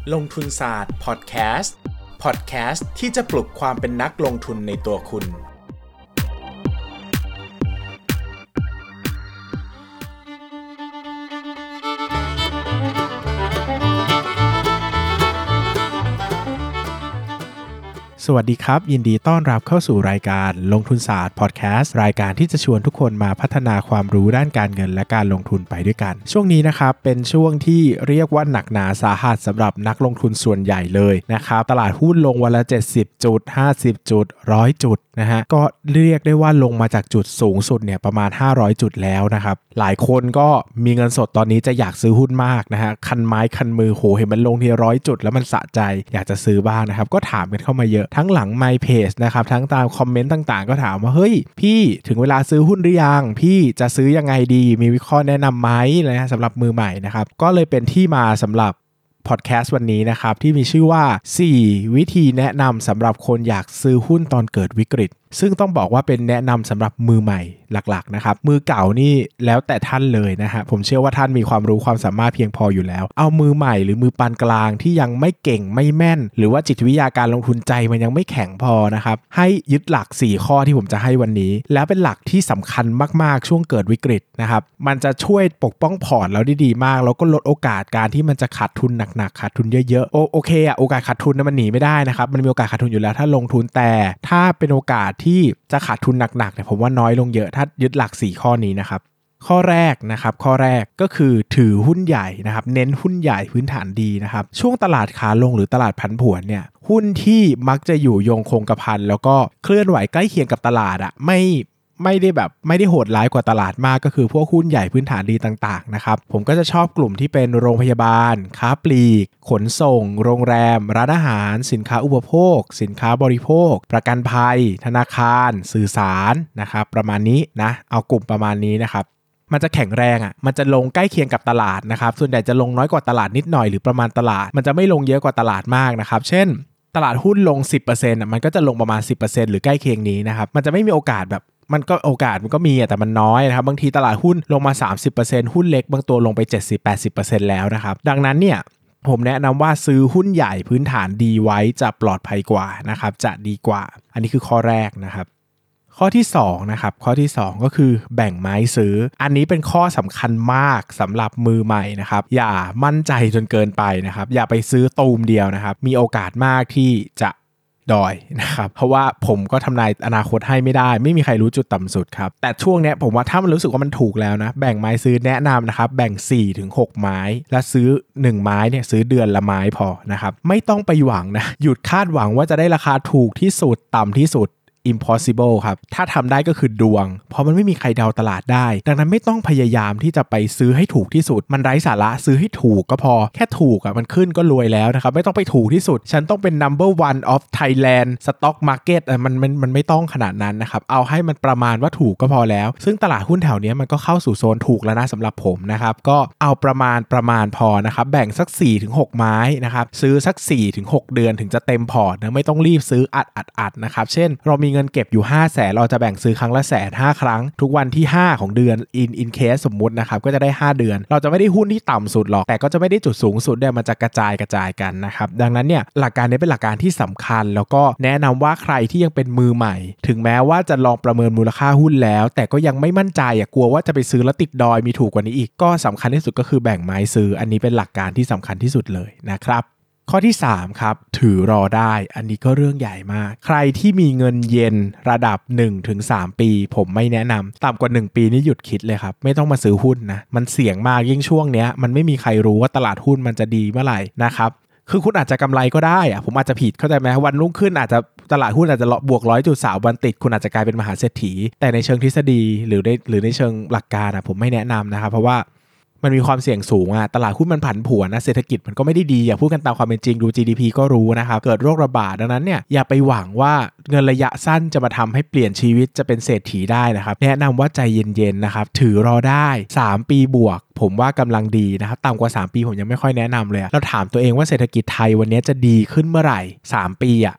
ลงทุนศาสตร์พอดแคสต์ที่จะปลุกความเป็นนักลงทุนในตัวคุณสวัสดีครับยินดีต้อนรับเข้าสู่รายการลงทุนศาสตร์พอดแคสต์รายการที่จะชวนทุกคนมาพัฒนาความรู้ด้านการเงินและการลงทุนไปด้วยกันช่วงนี้นะครับเป็นช่วงที่เรียกว่าหนักหนาสาหัสสำหรับนักลงทุนส่วนใหญ่เลยนะครับตลาดหุ้นลงวันละ70จุด50จุด100จุดนะฮะก็เรียกได้ว่าลงมาจากจุดสูงสุดเนี่ยประมาณ500จุดแล้วนะครับหลายคนก็มีเงินสดตอนนี้จะอยากซื้อหุ้นมากนะฮะคันไม้คันมือโหเห็นมันลงที100จุดแล้วมันสะใจอยากจะซื้อบ้างนะครับก็ถามกันเข้ามาเยอะทั้งหลังMy Page นะครับทั้งตามคอมเมนต์ต่างๆก็ถามว่าเฮ้ยพี่ถึงเวลาซื้อหุ้นหรือยังพี่จะซื้อยังไงดีมีวิเคราะห์แนะนำไหมนะสำหรับมือใหม่นะครับก็เลยเป็นที่มาสำหรับพอดแคสต์วันนี้นะครับที่มีชื่อว่า4วิธีแนะนำสำหรับคนอยากซื้อหุ้นตอนเกิดวิกฤตซึ่งต้องบอกว่าเป็นแนะนำสำหรับมือใหม่หลักๆนะครับมือเก่านี่แล้วแต่ท่านเลยนะฮะผมเชื่อว่าท่านมีความรู้ความสามารถเพียงพออยู่แล้วเอามือใหม่หรือมือปานกลางที่ยังไม่เก่งไม่แม่นหรือว่าจิตวิทยาการลงทุนใจมันยังไม่แข็งพอนะครับให้ยึดหลัก4ข้อที่ผมจะให้วันนี้แล้วเป็นหลักที่สำคัญมากๆช่วงเกิดวิกฤตนะครับมันจะช่วยปกป้องพอร์ตเราได้ดีมากแล้วก็ลดโอกาสการที่มันจะขาดทุนหนักๆขาดทุนเยอะๆโอเคอะโอกาสขาดทุนนั้นมันหนีไม่ได้นะครับมันมีโอกาสขาดทุนอยู่แล้วถ้าลงทุนแต่ถ้าเป็นโอกาสที่จะขาดทุนหนักๆเนี่ยผมว่าน้อยลงเยอะถ้ายึดหลัก4ข้อนี้นะครับข้อแรกก็คือถือหุ้นใหญ่นะครับเน้นหุ้นใหญ่พื้นฐานดีนะครับช่วงตลาดขาลงหรือตลาดผันผวนเนี่ยหุ้นที่มักจะอยู่ยงคงกระพันแล้วก็เคลื่อนไหวใกล้เคียงกับตลาดอะไม่ได้โหดร้ายกว่าตลาดมากก็คือพวกหุ้นใหญ่พื้นฐานดีต่างๆนะครับผมก็จะชอบกลุ่มที่เป็นโรงพยาบาลค้าปลีกขนส่งโรงแรมร้านอาหารสินค้าอุปโภคสินค้าบริโภคประกันภัยธนาคารสื่อสารนะครับประมาณนี้นะเอากลุ่มประมาณนี้นะครับมันจะแข็งแรงอ่ะมันจะลงใกล้เคียงกับตลาดนะครับส่วนใหญ่จะลงน้อยกว่าตลาดนิดหน่อยหรือประมาณตลาดมันจะไม่ลงเยอะกว่าตลาดมากนะครับเช่นตลาดหุ้นลง 10% มันก็จะลงประมาณ 10% หรือใกล้เคียงนี้นะครับมันจะไม่มีโอกาสแบบมันก็โอกาสมันก็มีแต่มันน้อยนะครับบางทีตลาดหุ้นลงมา 30% หุ้นเล็กบางตัวลงไป 70-80% แล้วนะครับดังนั้นเนี่ยผมแนะนำว่าซื้อหุ้นใหญ่พื้นฐานดีไว้จะปลอดภัยกว่านะครับจะดีกว่าอันนี้คือข้อแรกนะครับข้อที่2นะครับข้อที่2ก็คือแบ่งไม้ซื้ออันนี้เป็นข้อสำคัญมากสำหรับมือใหม่นะครับอย่ามั่นใจจนเกินไปนะครับอย่าไปซื้อตูมเดียวนะครับมีโอกาสมากที่จะดอยนะครับเพราะว่าผมก็ทำนายอนาคตให้ไม่มีใครรู้จุดต่ำสุดครับแต่ช่วงเนี้ยผมว่าถ้ามันรู้สึกว่ามันถูกแล้วนะแบ่งไม้ซื้อแนะนำนะครับแบ่ง 4-6 ไม้และซื้อ1ไม้เนี่ยซื้อเดือนละไม้พอนะครับไม่ต้องไปหวังนะหยุดคาดหวังว่าจะได้ราคาถูกที่สุดต่ำที่สุดimpossible ครับถ้าทำได้ก็คือดวงเพราะมันไม่มีใครเดาตลาดได้ดังนั้นไม่ต้องพยายามที่จะไปซื้อให้ถูกที่สุดมันไร้สาระซื้อให้ถูกก็พอแค่ถูกอ่ะมันขึ้นก็รวยแล้วนะครับไม่ต้องไปถูกที่สุดฉันต้องเป็น number one of Thailand stock market มันไม่ต้องขนาดนั้นนะครับเอาให้มันประมาณว่าถูกก็พอแล้วซึ่งตลาดหุ้นแถวนี้มันก็เข้าสู่โซนถูกแล้วนะสำหรับผมนะครับก็เอาประมาณพอนะครับแบ่งสัก 4-6 ไม้นะครับซื้อสัก 4-6 เดือนถึงจะเต็มพอร์ตนะไม่ต้องรีบซื้ออัดนะครับเช่นเรามีเงินเก็บอยู่ 500,000 เราจะแบ่งซื้อครั้งละ100,000 5ครั้งทุกวันที่5ของเดือน in case สมมุตินะครับก็จะได้5เดือนเราจะไม่ได้หุ้นที่ต่ำสุดหรอกแต่ก็จะไม่ได้จุดสูงสุดด้วยมันจะกระจายกันนะครับดังนั้นเนี่ยหลักการนี้เป็นหลักการที่สำคัญแล้วก็แนะนำว่าใครที่ยังเป็นมือใหม่ถึงแม้ว่าจะลองประเมินมูลค่าหุ้นแล้วแต่ก็ยังไม่มั่นใจกลัวว่าจะไปซื้อแล้วติดดอยมีถูกกว่านี้อีกก็สำคัญที่สุดก็คือแบ่งไม้ซื้ออันนี้เป็นหลักการที่สำคัญที่สุดเลยนะครับข้อที่3ครับถือรอได้อันนี้ก็เรื่องใหญ่มากใครที่มีเงินเย็นระดับ 1-3 ปีผมไม่แนะนำต่ำกว่า1ปีนี่หยุดคิดเลยครับไม่ต้องมาซื้อหุ้นนะมันเสี่ยงมากยิ่งช่วงเนี้ยมันไม่มีใครรู้ว่าตลาดหุ้นมันจะดีเมื่อไหร่นะครับคือคุณอาจจะกำไรก็ได้ผมอาจจะผิดเข้าใจไหมวันรุ่งขึ้นอาจจะตลาดหุ้นอาจจะบวก 100.3 วันติดคุณอาจจะกลายเป็นมหาเศรษฐีแต่ในเชิงทฤษฎีหรือในเชิงหลักการผมไม่แนะนำนะครับเพราะว่ามันมีความเสี่ยงสูงตลาดหุ้นมันผันผวนนะเศรษฐกิจมันก็ไม่ได้ดีพูดกันตามความเป็นจริงดู GDP ก็รู้นะครับเกิดโรคระบาดดังนั้นเนี่ยอย่าไปหวังว่าเงินระยะสั้นจะมาทำให้เปลี่ยนชีวิตจะเป็นเศรษฐีได้นะครับแนะนำว่าใจเย็นๆนะครับถือรอได้3ปีบวกผมว่ากำลังดีนะครับต่ำกว่า3ปีผมยังไม่ค่อยแนะนำเลยเราถามตัวเองว่าเศรษฐกิจไทยวันนี้จะดีขึ้นเมื่อไหร่3ปี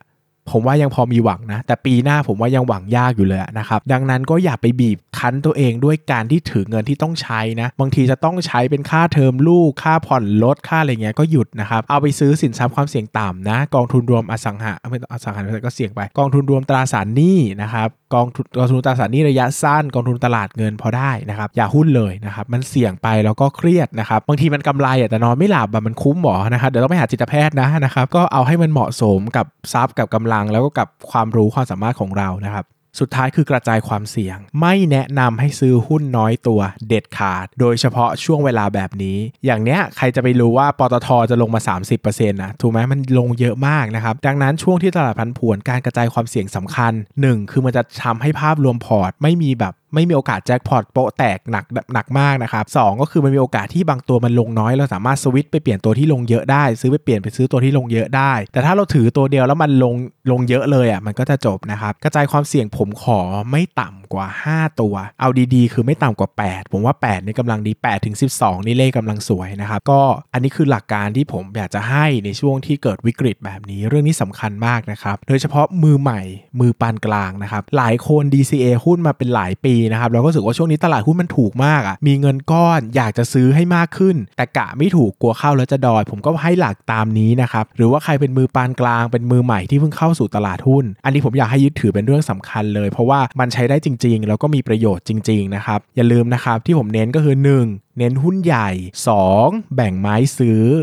ผมว่ายังพอมีหวังนะแต่ปีหน้าผมว่ายังหวังยากอยู่เลยนะครับดังนั้นก็อย่าไปบีบคั้นตัวเองด้วยการที่ถือเงินที่ต้องใช้นะบางทีจะต้องใช้เป็นค่าเทอมลูกค่าผ่อนรถค่าอะไรเงี้ยก็หยุดนะครับเอาไปซื้อสินทรัพย์ความเสี่ยงต่ำนะกองทุนรวมอสังหาก็เสี่ยงไปกองทุนรวมตราสารหนี้นะครับกองทุนตราสารหนี้ระยะสั้นกองทุนตลาดเงินพอได้นะครับอย่าหุ้นเลยนะครับมันเสี่ยงไปแล้วก็เครียดนะครับบางทีมันกำไรแต่นอนไม่หลับมันคุ้มหรอนะครับเดี๋ยวต้องไปหาจิตแพทย์นะครับก็เอาให้มันเหมาะสมกับทรัพย์กับกำลังแล้วก็กับความรู้ความสามารถของเรานะครับสุดท้ายคือกระจายความเสี่ยงไม่แนะนำให้ซื้อหุ้นน้อยตัวเด็ดขาดโดยเฉพาะช่วงเวลาแบบนี้อย่างเนี้ยใครจะไปรู้ว่าปตท.จะลงมา 30% นะถูกไหมมันลงเยอะมากนะครับดังนั้นช่วงที่ตลาดผันผวนการกระจายความเสี่ยงสำคัญ1คือมันจะทำให้ภาพรวมพอร์ตไม่มีโอกาสแจ็คพอตโปะแตกหนักมากนะครับ2ก็คือมันมีโอกาสที่บางตัวมันลงน้อยเราสามารถสวิตช์ไปเปลี่ยนตัวที่ลงเยอะได้ซื้อตัวที่ลงเยอะได้แต่ถ้าเราถือตัวเดียวแล้วมันลงเยอะเลยมันก็จะจบนะครับกระจายความเสี่ยงผมขอไม่ต่ำกว่า5ตัวเอาดีๆคือไม่ต่ำกว่า8ผมว่า8นี่กำลังดี8ถึง12นี่เลขกำลังสวยนะครับก็อันนี้คือหลักการที่ผมอยากจะให้ในช่วงที่เกิดวิกฤตแบบนี้เรื่องนี้สำคัญมากนะครับโดยเฉพาะมือใหม่มือปานกลางนะครับหลายคน DCA หุ้นมาเป็นหลายปีนะครับเราก็รู้สึกว่าช่วงนี้ตลาดหุ้นมันถูกมากมีเงินก้อนอยากจะซื้อให้มากขึ้นแต่กะไม่ถูกกลัวเข้าแล้วจะดอยผมก็ให้หลักตามนี้นะครับหรือว่าใครเป็นมือปานกลางเป็นมือใหม่ที่เพิ่งเข้าสู่ตลาดหุ้นอันนี้ผมอยากให้ยึดถือเป็นเรื่องสำคัญเลยเพราะว่ามันใช้ได้จริงๆแล้วก็มีประโยชน์จริงๆนะครับอย่าลืมนะครับที่ผมเน้นก็คือ1เน้นหุ้นใหญ่2แบ่งไม้ซื้อ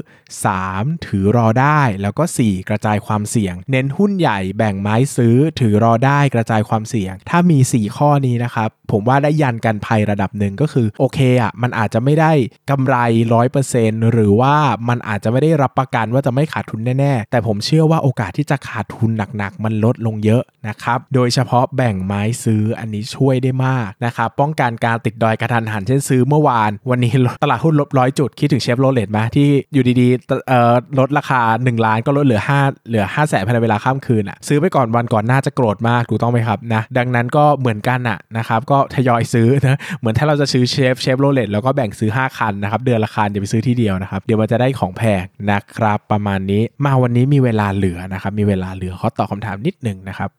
3ถือรอได้แล้วก็4กระจายความเสี่ยงเน้นหุ้นใหญ่แบ่งไม้ซื้อถือรอได้กระจายความเสี่ยงถ้ามี4ข้อนี้นะครับผมว่าได้ยันกันภัยระดับหนึ่งก็คือโอเคมันอาจจะไม่ได้กำไร 100% หรือว่ามันอาจจะไม่ได้รับประกันว่าจะไม่ขาดทุนแน่ๆแต่ผมเชื่อว่าโอกาสที่จะขาดทุนหนักๆมันลดลงเยอะนะครับโดยเฉพาะแบ่งไม้ซื้ออันนี้ช่วยได้มากนะครับป้องกันการติดดอยกระทันหันเช่นซื้อเมื่อวานวันนี้ตลาดหุ้นลบ100 จุดคิดถึงเชฟโรเลตไหมที่อยู่ดีๆลดราคา1ล้านก็ลดเหลือ500,000ภายในเวลาข้ามคืนซื้อไปก่อนวันก่อนหน้าจะโกรธมากถูกต้องไหมครับนะดังนั้นก็เหมือนกันนะครับก็ทยอยซื้อนะเหมือนถ้าเราจะซื้อเชฟโรเลตแล้วก็แบ่งซื้อ5คันนะครับเดือนละคันอย่าไปซื้อที่เดียวนะครับเดี๋ยวมันจะได้ของแพงนะครับประมาณนี้มาวันนี้มีเวลาเหลือนะครับมีเวลาเหลือขอตอบคำถามนิดนึงนะครับ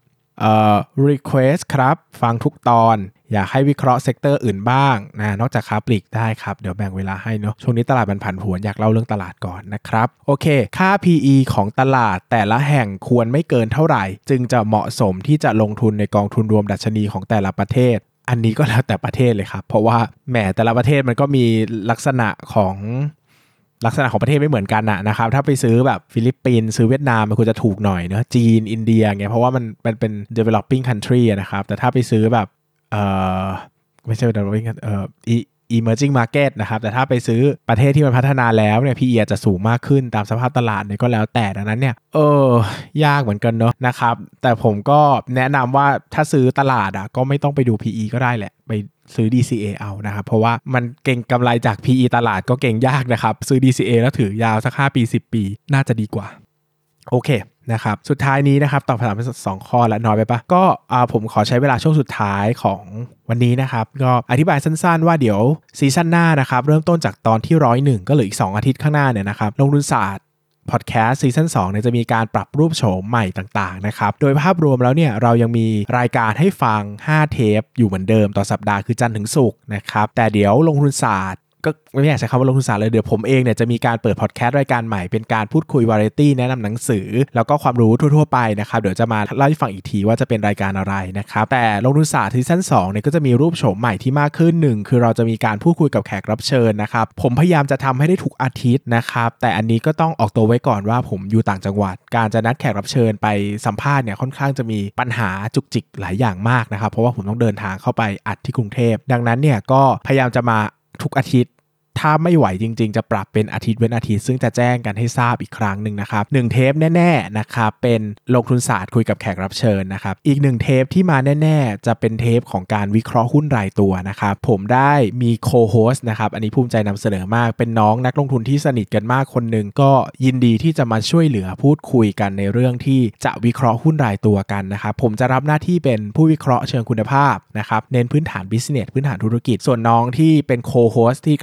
request ครับฟังทุกตอนอยากให้วิเคราะห์เซกเตอร์อื่นบ้างนอกจากค้าปลีกได้ครับเดี๋ยวแบ่งเวลาให้เนาะช่วงนี้ตลาดมันผันผวนอยากเล่าเรื่องตลาดก่อนนะครับโอเคค่า PE ของตลาดแต่ละแห่งควรไม่เกินเท่าไหร่จึงจะเหมาะสมที่จะลงทุนในกองทุนรวมดัชนีของแต่ละประเทศอันนี้ก็แล้วแต่ประเทศเลยครับเพราะว่าแหมแต่ละประเทศมันก็มีลักษณะของประเทศไม่เหมือนกันนะครับถ้าไปซื้อแบบฟิลิปปินส์ซื้อเวียดนามมันควรจะถูกหน่อยเนอะจีนอินเดียไงเพราะว่ามันเป็น developing country นะครับแต่ถ้าไปซื้อแบบไม่ใช่ developing emerging market นะครับแต่ถ้าไปซื้อประเทศที่มันพัฒนาแล้วเนี่ย PE จะสูงมากขึ้นตามสภาพตลาดเนี่ยก็แล้วแต่ดังนั้นเนี่ยยากเหมือนกันเนอะนะครับแต่ผมก็แนะนำว่าถ้าซื้อตลาดก็ไม่ต้องไปดู PE ก็ได้แหละไปซื้อ DCA เอานะครับเพราะว่ามันเก่งกำไรจาก PE ตลาดก็เก่งยากนะครับซื้อ DCA แล้วถือยาวสัก5 ปี10 ปีน่าจะดีกว่าโอเคนะครับสุดท้ายนี้นะครับตอบคำถามไป2ข้อแล้วน้อยไปปะก็ผมขอใช้เวลาช่วงสุดท้ายของวันนี้นะครับก็อธิบายสั้นๆว่าเดี๋ยวซีซั่นหน้านะครับเริ่มต้นจากตอนที่101ก็เหลืออีก2อาทิตย์ข้างหน้าเนี่ยนะครับลงทุนศาสตร์พอดแคสต์ซีซั่น2เนี่ยจะมีการปรับรูปโฉมใหม่ต่างๆนะครับโดยภาพรวมแล้วเนี่ยเรายังมีรายการให้ฟัง5เทปอยู่เหมือนเดิมต่อสัปดาห์คือจันทร์ถึงศุกร์นะครับแต่เดี๋ยวลงทุนศาสตร์ก็ไม่อยากใช้คำว่าลงทุนศาสตร์เลยเดี๋ยวผมเองเนี่ยจะมีการเปิดพอดแคสต์รายการใหม่เป็นการพูดคุยวาไรตี้แนะนำหนังสือแล้วก็ความรู้ทั่วๆไปนะครับเดี๋ยวจะมาเล่าให้ฟังอีกทีว่าจะเป็นรายการอะไรนะครับแต่ลงทุนศาสตร์ซีซั่น2เนี่ยก็จะมีรูปโฉมใหม่ที่มากขึ้น1คือเราจะมีการพูดคุยกับแขกรับเชิญนะครับผมพยายามจะทำให้ได้ทุกอาทิตย์นะครับแต่อันนี้ก็ต้องออกตัวไว้ก่อนว่าผมอยู่ต่างจังหวัดการจะนัดแขกรับเชิญไปสัมภาษณ์เนี่ยค่อนข้างจะมีปัญหาจุกจิกหลายอย่างมากนะครับเพราะว่าผมต้องเดินทางเข้าไปอัดที่กรุงเทพดังนั้นเนี่ยก็พยายามจะมาทุกอาทิตย์ถ้าไม่ไหวจริงๆจะปรับเป็นอาทิตย์เว้นอาทิตย์ซึ่งจะแจ้งกันให้ทราบอีกครั้งหนึ่งนะครับ1เทปแน่ๆนะครับเป็นลงทุนศาสตร์คุยกับแขกรับเชิญนะครับอีก1เทปที่มาแน่ๆจะเป็นเทปของการวิเคราะห์หุ้นรายตัวนะครับผมได้มีโคโฮสต์นะครับอันนี้ภูมิใจนำเสนอมากเป็นน้องนักลงทุนที่สนิทกันมากคนหนึ่งก็ยินดีที่จะมาช่วยเหลือพูดคุยกันในเรื่องที่จะวิเคราะห์หุ้นรายตัวกันนะครับผมจะรับหน้าที่เป็นผู้วิเคราะห์เชิงคุณภาพนะครับเน้นพื้นฐาน business พื้นฐานธุรกิจส่วนน้องที่เป็นโคโฮสต์ที่กำลังจะเปิด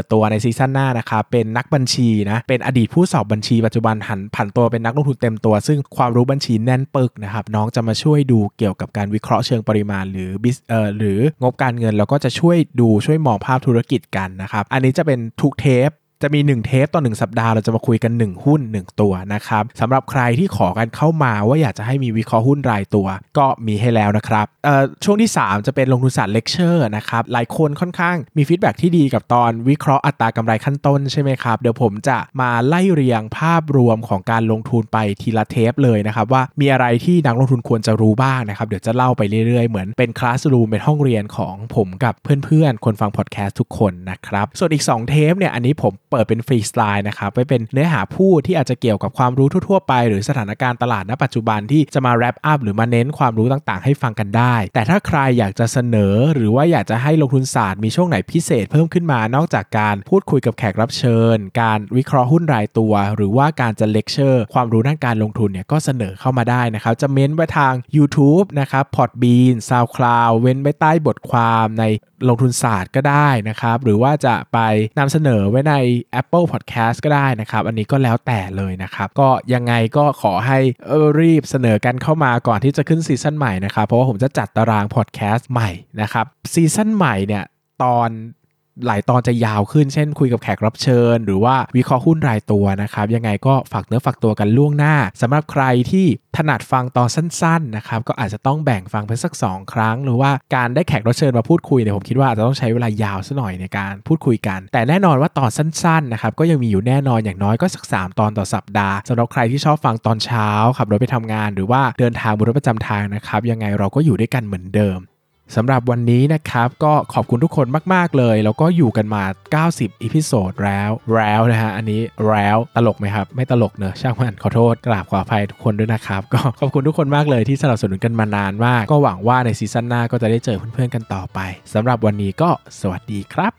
ตัวในซีซั่นหน้านะครับเป็นนักบัญชีนะเป็นอดีตผู้สอบบัญชีปัจจุบันผันตัวเป็นนักลงทุนเต็มตัวซึ่งความรู้บัญชีแน่นปึกนะครับน้องจะมาช่วยดูเกี่ยวกับการวิเคราะห์เชิงปริมาณหรืองบการเงินแล้วก็จะช่วยมองภาพธุรกิจกันนะครับอันนี้จะเป็นทุกเทปจะมี1เทปต่อ1สัปดาห์เราจะมาคุยกัน1หุ้น1ตัวนะครับสำหรับใครที่ขอกันเข้ามาว่าอยากจะให้มีวิเคราะห์หุ้นรายตัวก็มีให้แล้วนะครับช่วงที่3จะเป็นลงทุนศาสตร์เลคเชอร์นะครับหลายคนค่อนข้างมีฟีดแบ็กที่ดีกับตอนวิเคราะห์อัตรากำไรขั้นต้นใช่ไหมครับเดี๋ยวผมจะมาไล่เรียงภาพรวมของการลงทุนไปทีละเทปเลยนะครับว่ามีอะไรที่นักลงทุนควรจะรู้บ้างนะครับเดี๋ยวจะเล่าไปเรื่อยๆเหมือนเป็นคลาสรูมเป็นห้องเรียนของผมกับเพื่อนๆคนฟังพอดแคสต์ทุกคนนะครับส่วนอีก2เทปเนี่ยอันนี้ผมเปิดเป็นฟรีสไตล์นะครับไว้เป็นเนื้อหาพูดที่อาจจะเกี่ยวกับความรู้ทั่วๆไปหรือสถานการณ์ตลาดณปัจจุบันที่จะมาแรปอัพหรือมาเน้นความรู้ต่างๆให้ฟังกันได้แต่ถ้าใครอยากจะเสนอหรือว่าอยากจะให้ลงทุนศาสตร์มีช่วงไหนพิเศษเพิ่มขึ้นมานอกจากการพูดคุยกับแขกรับเชิญการวิเคราะห์หุ้นรายตัวหรือว่าการจะเลคเชอร์ความรู้ด้านการลงทุนเนี่ยก็เสนอเข้ามาได้นะครับจะเม้นไว้ทาง YouTube นะครับ Podbean SoundCloud เว้นไว้ใต้บทความในลงทุนศาสตร์ก็ได้นะครับหรือว่าจะไปนำเสนอไว้ใน Apple Podcast ก็ได้นะครับอันนี้ก็แล้วแต่เลยนะครับก็ยังไงก็ขอให้รีบเสนอกันเข้ามาก่อนที่จะขึ้นซีซั่นใหม่นะครับเพราะว่าผมจะจัดตารางพอดแคสต์ใหม่นะครับซีซั่นใหม่เนี่ยหลายตอนจะยาวขึ้นเช่นคุยกับแขกรับเชิญหรือว่าวิเคราะห์หุ้นรายตัวนะครับยังไงก็ฝากเนื้อฝากตัวกันล่วงหน้าสำหรับใครที่ถนัดฟังตอนสั้นๆนะครับก็อาจจะต้องแบ่งฟังเป็นสัก2ครั้งหรือว่าการได้แขกรับเชิญมาพูดคุยเนี่ยผมคิดว่าอาจจะต้องใช้เวลายาวซะหน่อยในการพูดคุยกันแต่แน่นอนว่าตอนสั้นๆนะครับก็ยังมีอยู่แน่นอนอย่างน้อยก็สัก3ตอนต่อสัปดาห์สำหรับใครที่ชอบฟังตอนเช้าขับรถไปทำงานหรือว่าเดินทางบนรถประจำทางนะครับยังไงเราก็อยู่ด้วยกันเหมือนเดิมสำหรับวันนี้นะครับก็ขอบคุณทุกคนมากๆเลยแล้วก็อยู่กันมา90อีพิโซดแล้วนะฮะอันนี้แล้วตลกไหมครับไม่ตลกเนอะช่างมันขอโทษกราบขออภัยทุกคนด้วยนะครับก็ขอบคุณทุกคนมากเลยที่สนับสนุนกันมานานมากก็หวังว่าในซีซั่นหน้าก็จะได้เจอเพื่อนๆกันต่อไปสำหรับวันนี้ก็สวัสดีครับ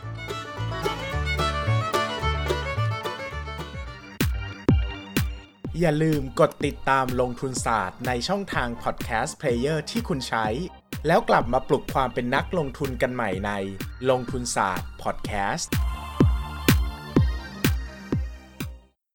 อย่าลืมกดติดตามลงทุนศาสตร์ในช่องทางพอดแคสต์เพลเยอร์ที่คุณใช้แล้วกลับมาปลุกความเป็นนักลงทุนกันใหม่ในลงทุนศาสตร์พอดแคสต์